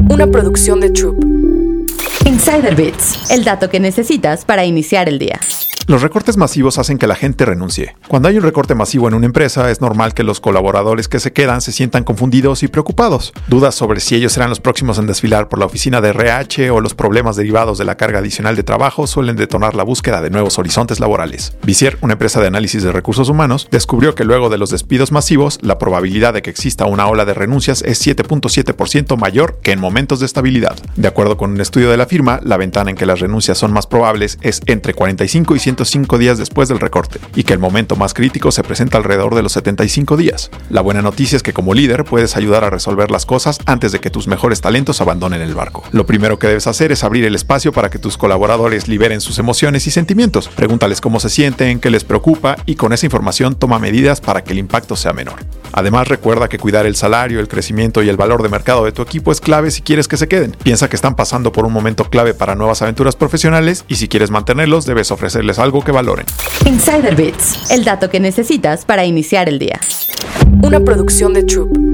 Una producción de Troop. Insider Bits, el dato que necesitas para iniciar el día. Los recortes masivos hacen que la gente renuncie. Cuando hay un recorte masivo en una empresa, es normal que los colaboradores que se quedan se sientan confundidos y preocupados. Dudas sobre si ellos serán los próximos en desfilar por la oficina de RH o los problemas derivados de la carga adicional de trabajo suelen detonar la búsqueda de nuevos horizontes laborales. Visier, una empresa de análisis de recursos humanos, descubrió que luego de los despidos masivos, la probabilidad de que exista una ola de renuncias es 7.7% mayor que en momentos de estabilidad. De acuerdo con un estudio de la firma, la ventana en que las renuncias son más probables es entre 45 y 105 días después del recorte, y que el momento más crítico se presenta alrededor de los 75 días. La buena noticia es que como líder puedes ayudar a resolver las cosas antes de que tus mejores talentos abandonen el barco. Lo primero que debes hacer es abrir el espacio para que tus colaboradores liberen sus emociones y sentimientos. Pregúntales cómo se sienten, qué les preocupa, y con esa información toma medidas para que el impacto sea menor. Además, recuerda que cuidar el salario, el crecimiento y el valor de mercado de tu equipo es clave si quieres que se queden. Piensa que están pasando por un momento clave para nuevas aventuras profesionales y si quieres mantenerlos, debes ofrecerles algo que valoren. Insider Bits, el dato que necesitas para iniciar el día. Una producción de Troop.